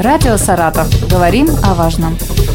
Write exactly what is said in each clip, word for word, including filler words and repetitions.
Радио «Саратов». Говорим о важном.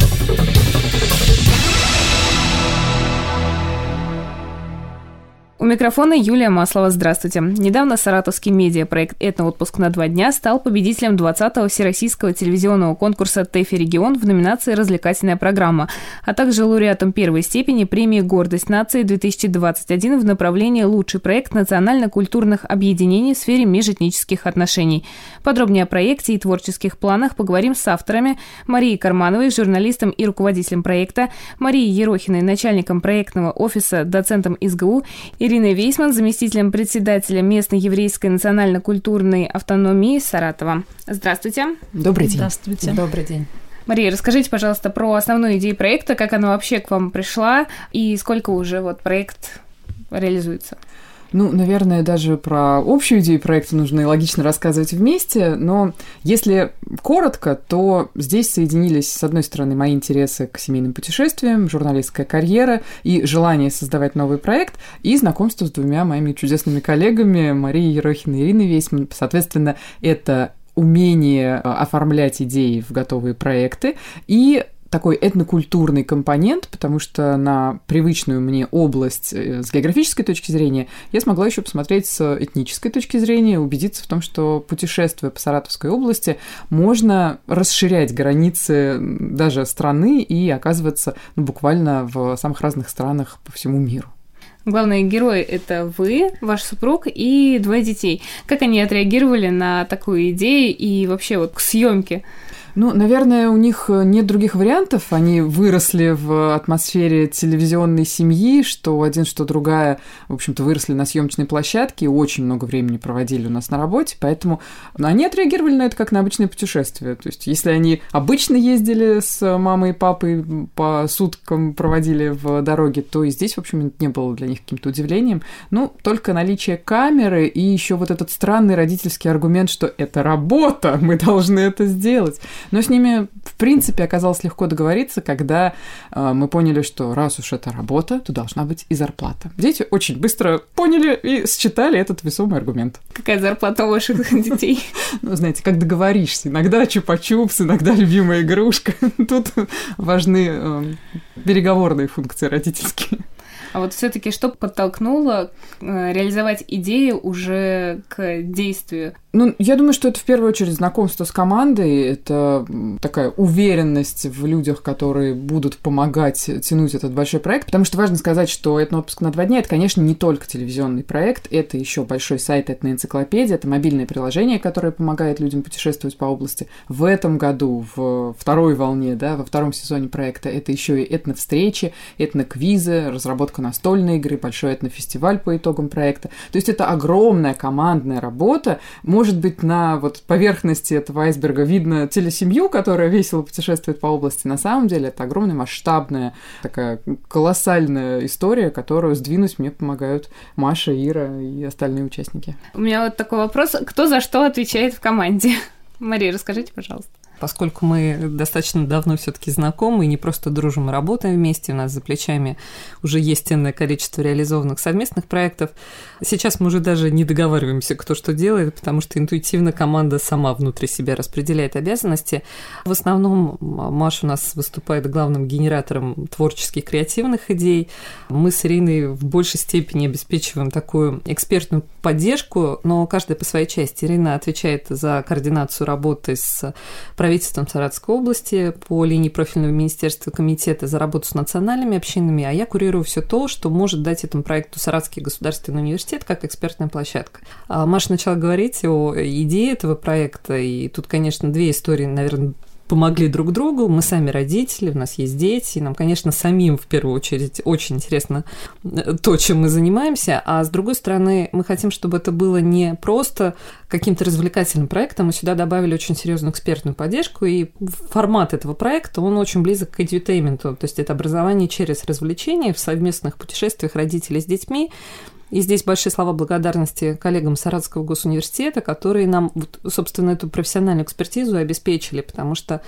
У микрофона Юлия Маслова. Здравствуйте. Недавно саратовский медиапроект «Этноотпуск на два дня» стал победителем двадцатого всероссийского телевизионного конкурса ТЭФИ «Регион» в номинации «Развлекательная программа», а также лауреатом первой степени премии «Гордость нации-две тысячи двадцать один» в направлении «Лучший проект национально-культурных объединений в сфере межэтнических отношений». Подробнее о проекте и творческих планах поговорим с авторами: Марией Кармановой, журналистом и руководителем проекта, Марией Ерохиной, начальником проектного офиса, доцентом ИСГУ, Ириной Вейсман, заместителем председателя местной еврейской национально-культурной автономии Саратова. Здравствуйте. Добрый день. Здравствуйте. Добрый день. Мария, расскажите, пожалуйста, про основную идею проекта, как она вообще к вам пришла и сколько уже вот проект реализуется. Ну, наверное, даже про общую идею проекта нужно и логично рассказывать вместе, но если коротко, то здесь соединились, с одной стороны, мои интересы к семейным путешествиям, журналистская карьера и желание создавать новый проект, и знакомство с двумя моими чудесными коллегами, Марией Ерохиной и Ириной Вейсман. Соответственно, это умение оформлять идеи в готовые проекты и такой этнокультурный компонент, потому что на привычную мне область с географической точки зрения я смогла еще посмотреть с этнической точки зрения, убедиться в том, что, путешествуя по Саратовской области, можно расширять границы даже страны и оказываться ну, буквально в самых разных странах по всему миру. Главные герои – это вы, ваш супруг и двое детей. Как они отреагировали на такую идею и вообще вот к съемке? Ну, наверное, у них нет других вариантов. Они выросли в атмосфере телевизионной семьи, что один, что другая, в общем-то, выросли на съемочной площадке и очень много времени проводили у нас на работе, поэтому они отреагировали на это как на обычное путешествие. То есть, если они обычно ездили с мамой и папой, по суткам проводили в дороге, то и здесь, в общем, не было для них каким-то удивлением. Ну, только наличие камеры и еще вот этот странный родительский аргумент, что это работа, мы должны это сделать. Но с ними, в принципе, оказалось легко договориться, когда э, мы поняли, что раз уж это работа, то должна быть и зарплата. Дети очень быстро поняли и считали этот весомый аргумент. Какая зарплата у ваших детей? Ну, знаете, как договоришься. Иногда чупа-чупс, иногда любимая игрушка. Тут важны переговорные функции родительские. А вот все-таки что подтолкнуло реализовать идею уже к действию? Ну, я думаю, что это в первую очередь знакомство с командой, это такая уверенность в людях, которые будут помогать тянуть этот большой проект, потому что важно сказать, что «Этноотпуск на два дня» — это, конечно, не только телевизионный проект, это еще большой сайт «Этноэнциклопедия», это мобильное приложение, которое помогает людям путешествовать по области. В этом году, в второй волне, да, во втором сезоне проекта, это еще и этновстречи, этноквизы, разработка настольной игры, большой этнофестиваль по итогам проекта. То есть это огромная командная работа. Может быть, на вот поверхности этого айсберга видно телесемью, которая весело путешествует по области. На самом деле это огромная, масштабная, такая колоссальная история, которую сдвинуть мне помогают Маша, Ира и остальные участники. У меня вот такой вопрос. Кто за что отвечает в команде? Мария, расскажите, пожалуйста. Поскольку мы достаточно давно все-таки знакомы и не просто дружим, а работаем вместе, у нас за плечами уже есть ценное количество реализованных совместных проектов. Сейчас мы уже даже не договариваемся, кто что делает, потому что интуитивно команда сама внутри себя распределяет обязанности. В основном Маша у нас выступает главным генератором творческих, креативных идей. Мы с Ириной в большей степени обеспечиваем такую экспертную поддержку, но каждая по своей части. Ирина отвечает за координацию работы с правительством Саратовской области по линии профильного министерства комитета за работу с национальными общинами, а я курирую все то, что может дать этому проекту Саратовский государственный университет как экспертная площадка. А Маша начала говорить о идее этого проекта, и тут, конечно, две истории, наверное, помогли друг другу. Мы сами родители, у нас есть дети, и нам, конечно, самим в первую очередь очень интересно то, чем мы занимаемся, а с другой стороны, мы хотим, чтобы это было не просто каким-то развлекательным проектом, мы сюда добавили очень серьезную экспертную поддержку, и формат этого проекта, он очень близок к edutainment'у, то есть это образование через развлечения в совместных путешествиях родителей с детьми. И здесь большие слова благодарности коллегам Саратовского госуниверситета, которые нам, вот, собственно, эту профессиональную экспертизу обеспечили, потому что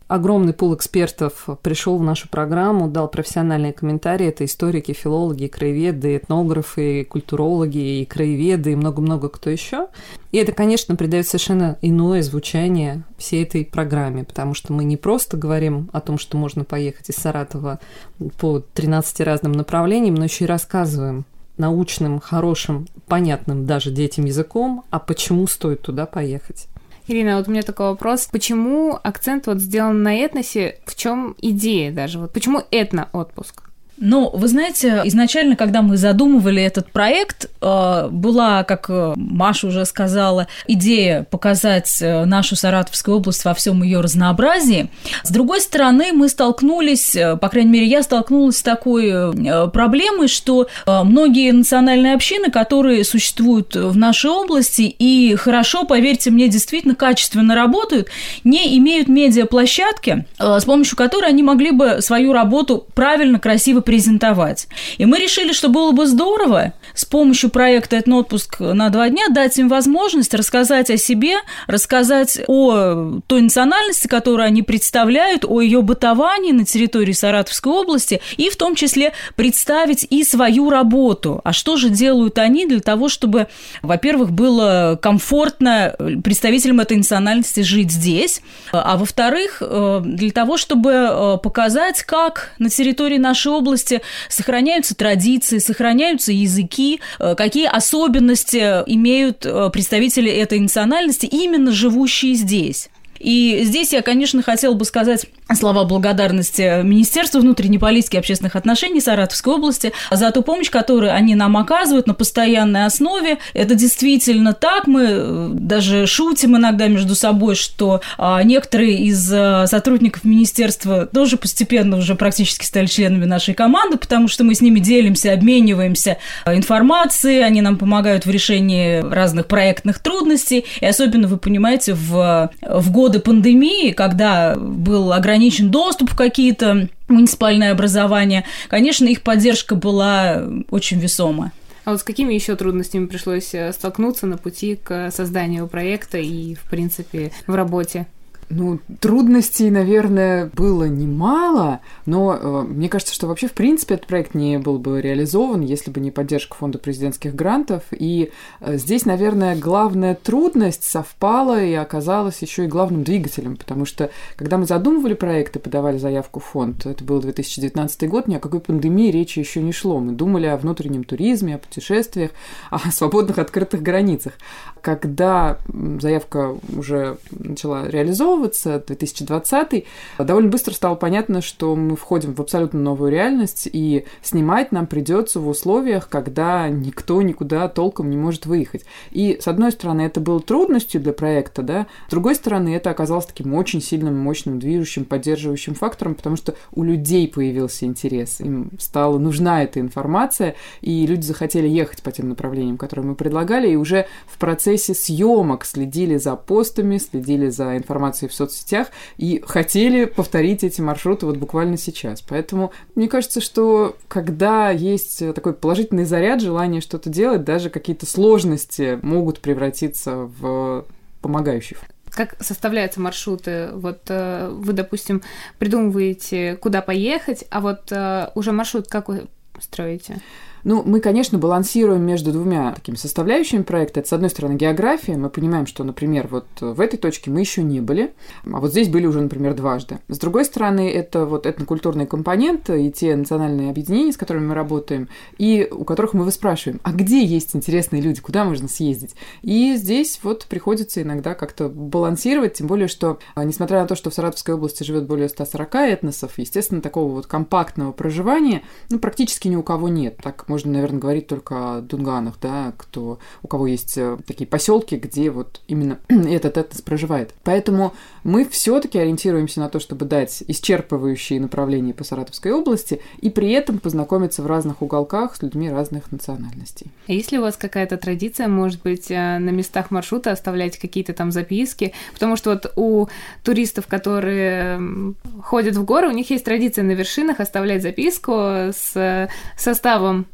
Огромный пул экспертов пришел в нашу программу, дал профессиональные комментарии. Это историки, филологи, краеведы, этнографы, культурологи, и краеведы, и много-много кто еще. И это, конечно, придает совершенно иное звучание всей этой программе, потому что мы не просто говорим о том, что можно поехать из Саратова по тринадцати разным направлениям, но еще и рассказываем научным, хорошим, понятным даже детям языком, а почему стоит туда поехать. Ирина, вот у меня такой вопрос. Почему акцент вот сделан на этносе? В чем идея даже? Вот почему этно-отпуск? Ну, вы знаете, изначально, когда мы задумывали этот проект, была, как Маша уже сказала, идея показать нашу Саратовскую область во всем ее разнообразии. С другой стороны, мы столкнулись, по крайней мере, я столкнулась с такой проблемой, что многие национальные общины, которые существуют в нашей области и хорошо, поверьте мне, действительно качественно работают, не имеют медиаплощадки, с помощью которой они могли бы свою работу правильно, красиво презентовать. И мы решили, что было бы здорово с помощью проекта «Этноотпуск на два дня» дать им возможность рассказать о себе, рассказать о той национальности, которую они представляют, о ее бытовании на территории Саратовской области, и в том числе представить и свою работу. А что же делают они для того, чтобы, во-первых, было комфортно представителям этой национальности жить здесь, а во-вторых, для того, чтобы показать, как на территории нашей области сохраняются традиции, сохраняются языки, какие особенности имеют представители этой национальности, именно живущие здесь. И здесь я, конечно, хотела бы сказать слова благодарности Министерству внутренней политики и общественных отношений Саратовской области за ту помощь, которую они нам оказывают на постоянной основе. Это действительно так. Мы даже шутим иногда между собой, что некоторые из сотрудников министерства тоже постепенно уже практически стали членами нашей команды, потому что мы с ними делимся, обмениваемся информацией, они нам помогают в решении разных проектных трудностей. И особенно, вы понимаете, в, в годы пандемии, когда был ограничен доступ в какие-то муниципальные образования, конечно, их поддержка была очень весома. А вот с какими еще трудностями пришлось столкнуться на пути к созданию проекта и, в принципе, в работе? Ну, трудностей, наверное, было немало, но э, мне кажется, что вообще, в принципе, этот проект не был бы реализован, если бы не поддержка Фонда президентских грантов. И э, здесь, наверное, главная трудность совпала и оказалась еще и главным двигателем, потому что, когда мы задумывали проект и подавали заявку в фонд, это был две тысячи девятнадцатый год, ни о какой пандемии речи еще не шло. Мы думали о внутреннем туризме, о путешествиях, о свободных открытых границах. Когда заявка уже начала реализовываться, две тысячи двадцатый, довольно быстро стало понятно, что мы входим в абсолютно новую реальность, и снимать нам придется в условиях, когда никто никуда толком не может выехать. И, с одной стороны, это было трудностью для проекта, да, с другой стороны, это оказалось таким очень сильным, мощным, движущим, поддерживающим фактором, потому что у людей появился интерес, им стала нужна эта информация, и люди захотели ехать по тем направлениям, которые мы предлагали, и уже в процессе съемок следили за постами, следили за информацией в соцсетях и хотели повторить эти маршруты вот буквально сейчас. Поэтому мне кажется, что когда есть такой положительный заряд, желание что-то делать, даже какие-то сложности могут превратиться в помогающие. Как составляются маршруты? Вот э, вы, допустим, придумываете, куда поехать, а вот э, уже маршрут как вы строите? Ну, мы, конечно, балансируем между двумя такими составляющими проекта. Это, с одной стороны, география. Мы понимаем, что, например, вот в этой точке мы еще не были, а вот здесь были уже, например, дважды. С другой стороны, это вот этнокультурный компонент и те национальные объединения, с которыми мы работаем, и у которых мы выспрашиваем, а где есть интересные люди, куда можно съездить? И здесь вот приходится иногда как-то балансировать, тем более, что, несмотря на то, что в Саратовской области живет более ста сорока этносов, естественно, такого вот компактного проживания, ну, практически ни у кого нет. Так можно, наверное, говорить только о дунганах, да, кто, у кого есть такие поселки, где вот именно этот этнос проживает. Поэтому мы все-таки ориентируемся на то, чтобы дать исчерпывающие направления по Саратовской области и при этом познакомиться в разных уголках с людьми разных национальностей. А есть ли у вас какая-то традиция, может быть, на местах маршрута оставлять какие-то там записки? Потому что вот у туристов, которые ходят в горы, у них есть традиция на вершинах оставлять записку с составом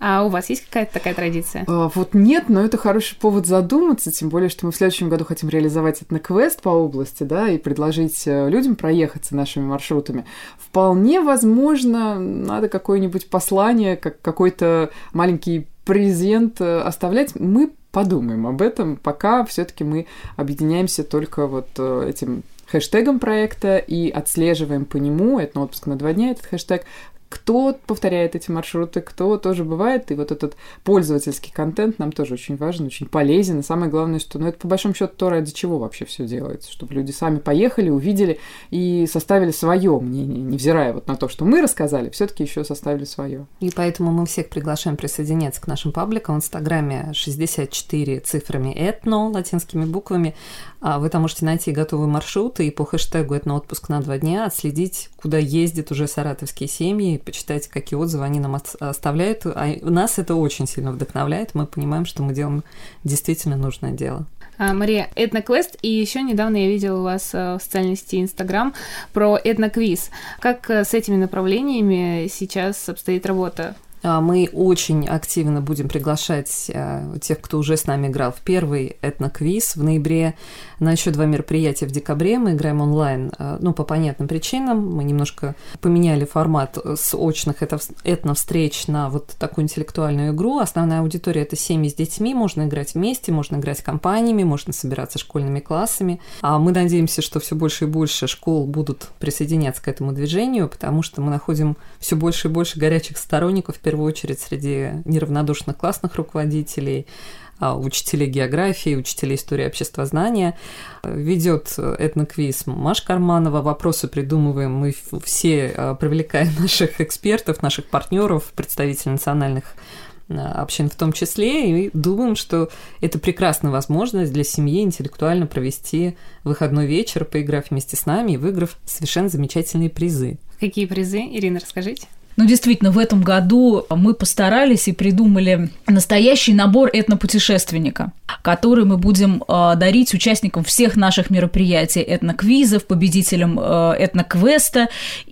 А у вас есть какая-то такая традиция? А, вот нет, но это хороший повод задуматься, тем более, что мы в следующем году хотим реализовать этноквест по области, да, и предложить людям проехаться нашими маршрутами. Вполне возможно, надо какое-нибудь послание, как какой-то маленький презент оставлять. Мы подумаем об этом, пока все-таки мы объединяемся только вот этим хэштегом проекта и отслеживаем по нему, это отпуск на два дня, этот хэштег, кто повторяет эти маршруты, кто тоже бывает, и вот этот пользовательский контент нам тоже очень важен, очень полезен, и самое главное, что, ну, это по большому счету то, ради чего вообще все делается, чтобы люди сами поехали, увидели и составили свое мнение, невзирая вот на то, что мы рассказали, все-таки еще составили свое. И поэтому мы всех приглашаем присоединяться к нашим пабликам в Инстаграме шестьдесят четыре цифрами этно, латинскими буквами. Вы там можете найти готовые маршруты и по хэштегу «Этноотпуск на два дня» отследить, куда ездят уже саратовские семьи, почитать, какие отзывы они нам оставляют. А нас это очень сильно вдохновляет. Мы понимаем, что мы делаем действительно нужное дело. А, Мария, этноквест, и еще недавно я видела у вас в социальной сети Инстаграм про этноквиз. Как с этими направлениями сейчас обстоит работа? Мы очень активно будем приглашать тех, кто уже с нами играл в первый этноквиз в ноябре, на еще два мероприятия в декабре. Мы играем онлайн, ну, по понятным причинам. Мы немножко поменяли формат с очных этно-встреч на вот такую интеллектуальную игру. Основная аудитория – это семьи с детьми. Можно играть вместе, можно играть компаниями, можно собираться школьными классами. А мы надеемся, что все больше и больше школ будут присоединяться к этому движению, потому что мы находим все больше и больше горячих сторонников, в первую очередь среди неравнодушных классных руководителей, учителей географии, учителей истории обществознания. Ведет этноквиз Маша Карманова. Вопросы придумываем мы все, привлекаем наших экспертов, наших партнеров, представителей национальных общин в том числе, и думаем, что это прекрасная возможность для семьи интеллектуально провести выходной вечер, поиграв вместе с нами и выиграв совершенно замечательные призы. Какие призы? Ирина, расскажите. Ну, действительно, в этом году мы постарались и придумали настоящий набор этнопутешественника, который мы будем э, дарить участникам всех наших мероприятий, этноквизов, победителям э, этноквеста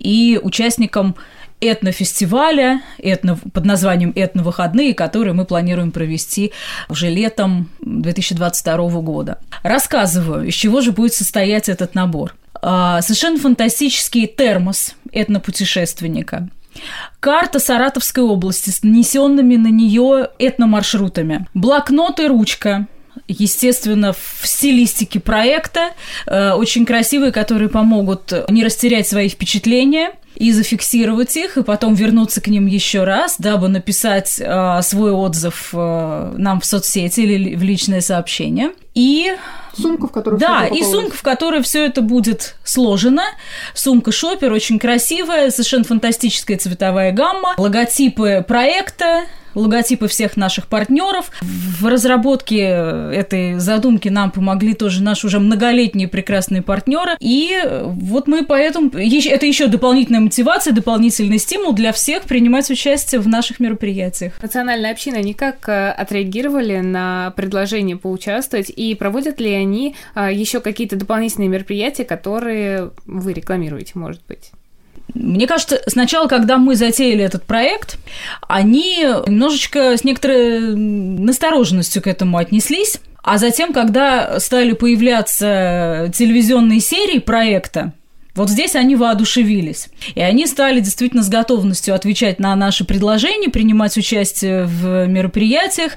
и участникам этнофестиваля этно, под названием «Этновыходные», которые мы планируем провести уже летом две тысячи двадцать второго года. Рассказываю, из чего же будет состоять этот набор. Э, совершенно фантастический термос этнопутешественника. Карта Саратовской области с нанесенными на нее этномаршрутами. Блокнот и ручка, естественно, в стилистике проекта, э, очень красивые, которые помогут не растерять свои впечатления и зафиксировать их, и потом вернуться к ним еще раз, дабы написать э, свой отзыв э, нам в соцсети или в личное сообщение. И сумка, в которой да, все и сумка, в которой все это будет сложено. Сумка-шопер очень красивая, совершенно фантастическая цветовая гамма, логотипы проекта, логотипы всех наших партнеров. В разработке этой задумки нам помогли тоже наши уже многолетние прекрасные партнеры. И вот мы поэтому... Это еще дополнительная мотивация, дополнительный стимул для всех принимать участие в наших мероприятиях. Национальная община никак отреагировали на предложение поучаствовать, и проводят ли они еще какие-то дополнительные мероприятия, которые вы рекламируете, может быть? Мне кажется, сначала, когда мы затеяли этот проект, они немножечко с некоторой настороженностью к этому отнеслись, а затем, когда стали появляться телевизионные серии проекта, вот здесь они воодушевились. И они стали действительно с готовностью отвечать на наши предложения, принимать участие в мероприятиях.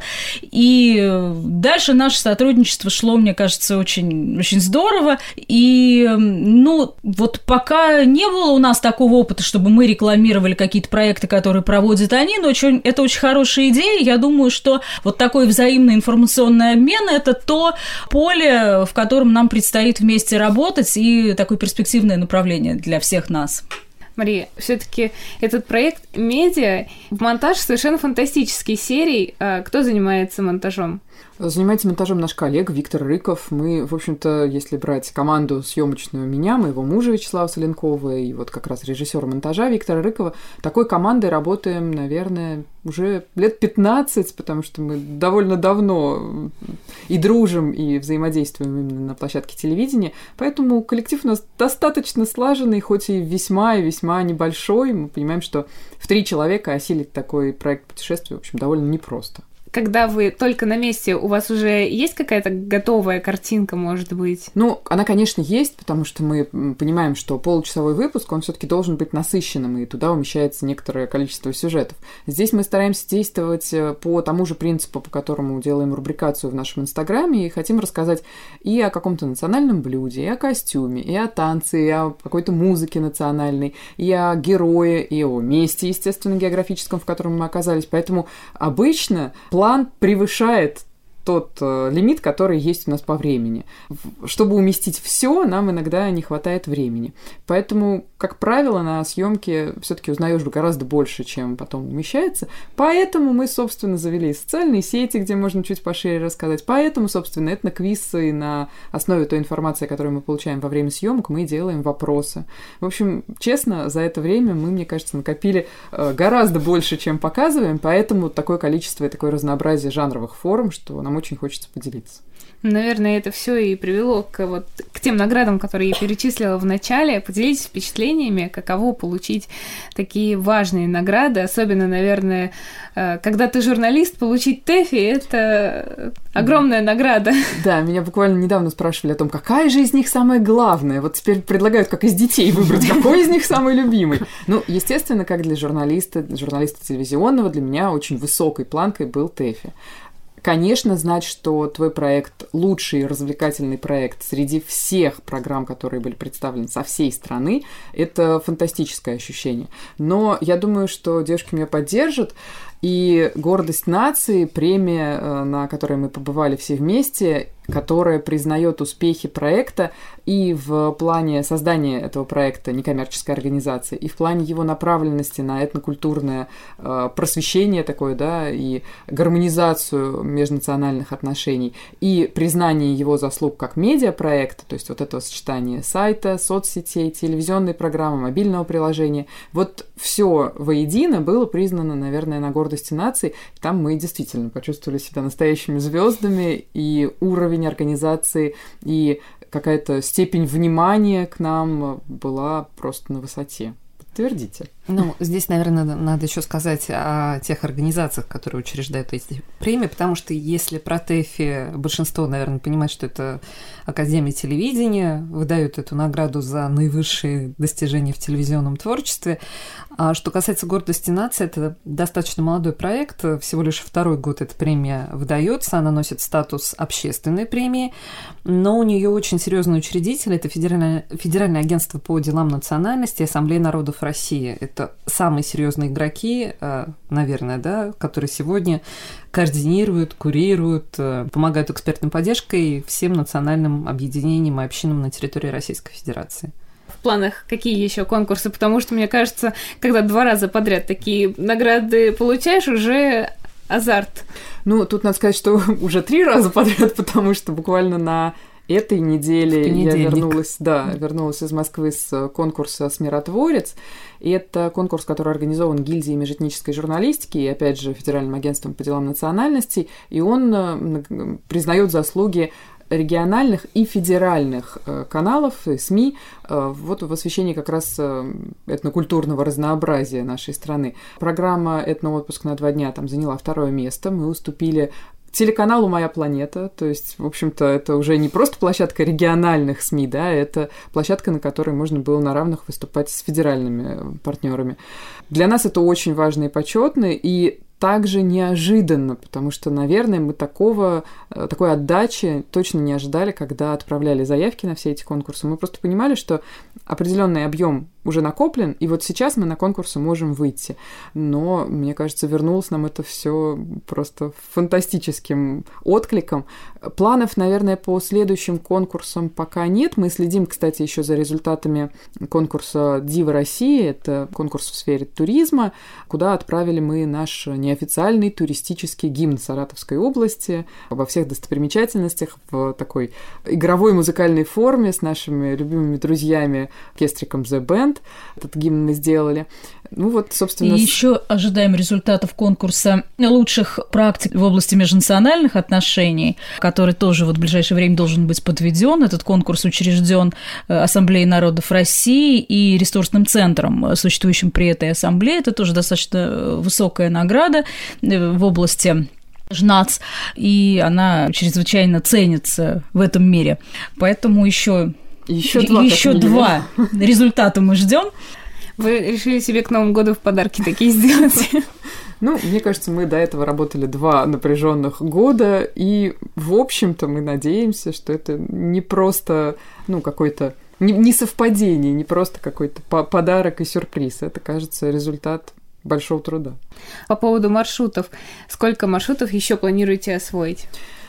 И дальше наше сотрудничество шло, мне кажется, очень, очень здорово. И, ну, вот пока не было у нас такого опыта, чтобы мы рекламировали какие-то проекты, которые проводят они, но очень, это очень хорошая идея. Я думаю, что вот такой взаимный информационный обмен – это то поле, в котором нам предстоит вместе работать, и такое перспективное направление для всех нас. Мария, все-таки этот проект медиа, монтаж совершенно фантастический серий. Кто занимается монтажом? Занимается монтажом наш коллега Виктор Рыков. Мы, в общем-то, если брать команду съемочную меня, моего мужа Вячеслава Соленкова и вот как раз режиссера монтажа Виктора Рыкова, такой командой работаем, наверное, уже лет пятнадцать, потому что мы довольно давно и дружим, и взаимодействуем именно на площадке телевидения. Поэтому коллектив у нас достаточно слаженный, хоть и весьма и весьма небольшой. Мы понимаем, что в три человека осилить такой проект путешествия, в общем, довольно непросто. Когда вы только на месте, у вас уже есть какая-то готовая картинка, может быть? Ну, она, конечно, есть, потому что мы понимаем, что получасовой выпуск, он все-таки должен быть насыщенным, и туда умещается некоторое количество сюжетов. Здесь мы стараемся действовать по тому же принципу, по которому делаем рубрикацию в нашем Инстаграме, и хотим рассказать и о каком-то национальном блюде, и о костюме, и о танце, и о какой-то музыке национальной, и о герое, и о месте, естественно, географическом, в котором мы оказались. Поэтому обычно план превышает тот э, лимит, который есть у нас по времени. Чтобы уместить все, нам иногда не хватает времени. Поэтому, как правило, на съемке все-таки узнаешь гораздо больше, чем потом умещается. Поэтому мы, собственно, завели социальные сети, где можно чуть пошире рассказать. Поэтому, собственно, этноквизы на основе той информации, которую мы получаем во время съемок, мы делаем вопросы. В общем, честно, за это время мы, мне кажется, накопили э, гораздо больше, чем показываем, поэтому такое количество и такое разнообразие жанровых форм, что нам очень хочется поделиться. Наверное, это все и привело к, вот, к тем наградам, которые я перечислила в начале. Поделитесь впечатлениями, каково получить такие важные награды. Особенно, наверное, когда ты журналист, получить ТЭФИ – это огромная награда. Да, меня буквально недавно спрашивали о том, какая же из них самая главная. Вот теперь предлагают, как из детей, выбрать, какой из них самый любимый. Ну, естественно, как для журналиста, журналиста телевизионного, для меня очень высокой планкой был ТЭФИ. Конечно, знать, что твой проект – лучший развлекательный проект среди всех программ, которые были представлены со всей страны, это фантастическое ощущение. Но я думаю, что девушки меня поддержат, и «Гордость нации», премия, на которой мы побывали все вместе, которая признает успехи проекта и в плане создания этого проекта некоммерческой организации, и в плане его направленности на этнокультурное э, просвещение такое, да, и гармонизацию межнациональных отношений, и признание его заслуг как медиапроекта, то есть вот этого сочетания сайта, соцсетей, телевизионной программы, мобильного приложения, вот все воедино было признано, наверное, на «Гордости нации». Там мы действительно почувствовали себя настоящими звездами, и уровень организации и какая-то степень внимания к нам была просто на высоте. Подтвердите. Ну, здесь, наверное, надо еще сказать о тех организациях, которые учреждают эти премии, потому что если про ТЭФИ большинство, наверное, понимает, что это Академия телевидения, выдают эту награду за наивысшие достижения в телевизионном творчестве. А что касается «Гордости нации», это достаточно молодой проект, всего лишь второй год эта премия выдается, она носит статус общественной премии, но у нее очень серьезный учредитель, это Федеральное, Федеральное агентство по делам национальности, Ассамблея народов России. Это самые серьезные игроки, наверное, да, которые сегодня координируют, курируют, помогают экспертной поддержкой всем национальным объединениям и общинам на территории Российской Федерации. В планах какие еще конкурсы? Потому что, мне кажется, когда два раза подряд такие награды получаешь, уже азарт. Ну, тут надо сказать, что уже три раза подряд, потому что буквально на этой неделе я вернулась, да, вернулась из Москвы с конкурса «Смиротворец». И это конкурс, который организован гильдией межэтнической журналистики и, опять же, Федеральным агентством по делам национальностей. И он признает заслуги региональных и федеральных каналов, СМИ, вот в освещении как раз этнокультурного разнообразия нашей страны. Программа «Этноотпуск на два дня» там заняла второе место. Мы уступили телеканалу «Моя планета», то есть, в общем-то, это уже не просто площадка региональных СМИ, да, это площадка, на которой можно было на равных выступать с федеральными партнерами. Для нас это очень важно и почетно, и также неожиданно, потому что, наверное, мы такого, такой отдачи точно не ожидали, когда отправляли заявки на все эти конкурсы. Мы просто понимали, что определенный объем уже накоплен, и вот сейчас мы на конкурсы можем выйти. Но, мне кажется, вернулось нам это все просто фантастическим откликом. Планов, наверное, по следующим конкурсам пока нет. Мы следим, кстати, еще за результатами конкурса «Дива России». Это конкурс в сфере туризма, куда отправили мы наш неофициальный туристический гимн Саратовской области во всех достопримечательностях в такой игровой музыкальной форме с нашими любимыми друзьями оркестриком The Band. Этот гимн мы сделали. Ну вот, собственно... И еще ожидаем результатов конкурса лучших практик в области межнациональных отношений, который тоже вот в ближайшее время должен быть подведен. Этот конкурс учрежден Ассамблеей народов России и ресурсным центром, существующим при этой ассамблее. Это тоже достаточно высокая награда в области ЖНАЦ, и она чрезвычайно ценится в этом мире. Поэтому еще, еще два, еще два результата мы ждем. Вы решили себе к Новому году в подарки такие сделать? Ну, мне кажется, мы до этого работали два напряженных года, и, в общем-то, мы надеемся, что это не просто, ну, какой-то не совпадение, не просто какой-то подарок и сюрприз. Это, кажется, результат большого труда. По поводу маршрутов. Сколько маршрутов еще планируете освоить?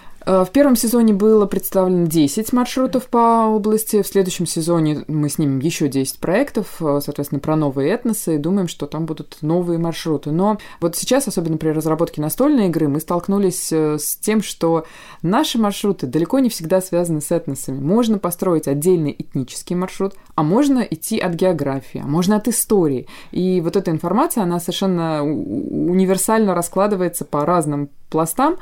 В первом сезоне было представлено десять маршрутов по области. В следующем сезоне мы снимем еще десять проектов, соответственно, про новые этносы, и думаем, что там будут новые маршруты. Но вот сейчас, особенно при разработке настольной игры, мы столкнулись с тем, что наши маршруты далеко не всегда связаны с этносами. Можно построить отдельный этнический маршрут, а можно идти от географии, а можно от истории. И вот эта информация, она совершенно универсально раскладывается по разным пластам,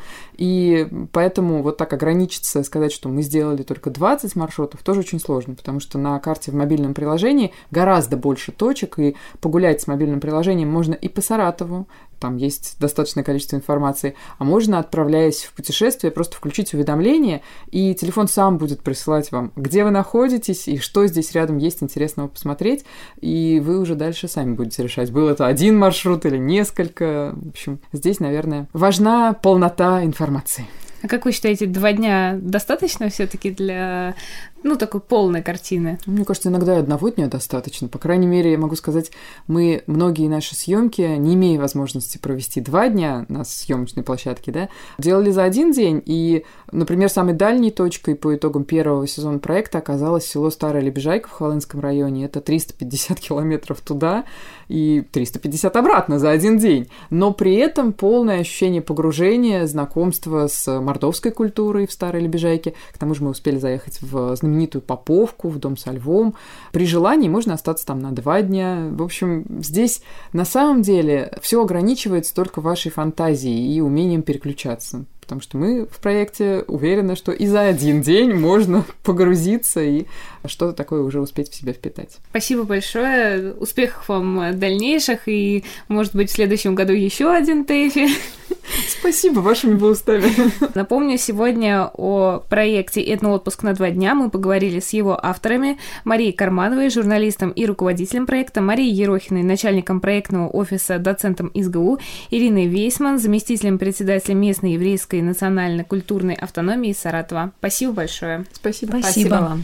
и поэтому вот так ограничиться, сказать, что мы сделали только двадцать маршрутов, тоже очень сложно, потому что на карте в мобильном приложении гораздо больше точек, и погулять с мобильным приложением можно и по Саратову, там есть достаточное количество информации, а можно, отправляясь в путешествие, просто включить уведомления, и телефон сам будет присылать вам, где вы находитесь и что здесь рядом есть интересного посмотреть, и вы уже дальше сами будете решать, был это один маршрут или несколько. В общем, здесь, наверное, важна полнота информации. А как вы считаете, два дня достаточно все-таки для, ну, такой полной картины? Мне кажется, иногда и одного дня достаточно. По крайней мере, я могу сказать, мы многие наши съемки, не имея возможности провести два дня на съемочной площадке, да, делали за один день. И, например, самой дальней точкой по итогам первого сезона проекта оказалось село Старая Лебежайка в Хвалынском районе. Это триста пятьдесят километров туда и триста пятьдесят обратно за один день. Но при этом полное ощущение погружения, знакомства с мордовской культурой в Старой Лебежайке. К тому же мы успели заехать в знаменитую Поповку, в дом со львом. При желании можно остаться там на два дня. В общем, здесь на самом деле все ограничивается только вашей фантазией и умением переключаться. Потому что мы в проекте уверены, что и за один день можно погрузиться и что-то такое уже успеть в себя впитать. Спасибо большое. Успехов вам дальнейших и, может быть, в следующем году еще один ТЭФИ. Спасибо, вашими бы устами. Напомню, сегодня о проекте «Этноотпуск на два дня» мы поговорили с его авторами: Марией Кармановой, журналистом и руководителем проекта, Марией Ерохиной, начальником проектного офиса, доцентом ИСГУ, Ириной Вейсман, заместителем председателя местной еврейской национально-культурной автономии Саратова. Спасибо большое. Спасибо. Спасибо, Спасибо вам.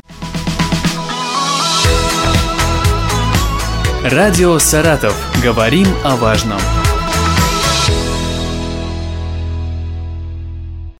Радио «Саратов». Говорим о важном.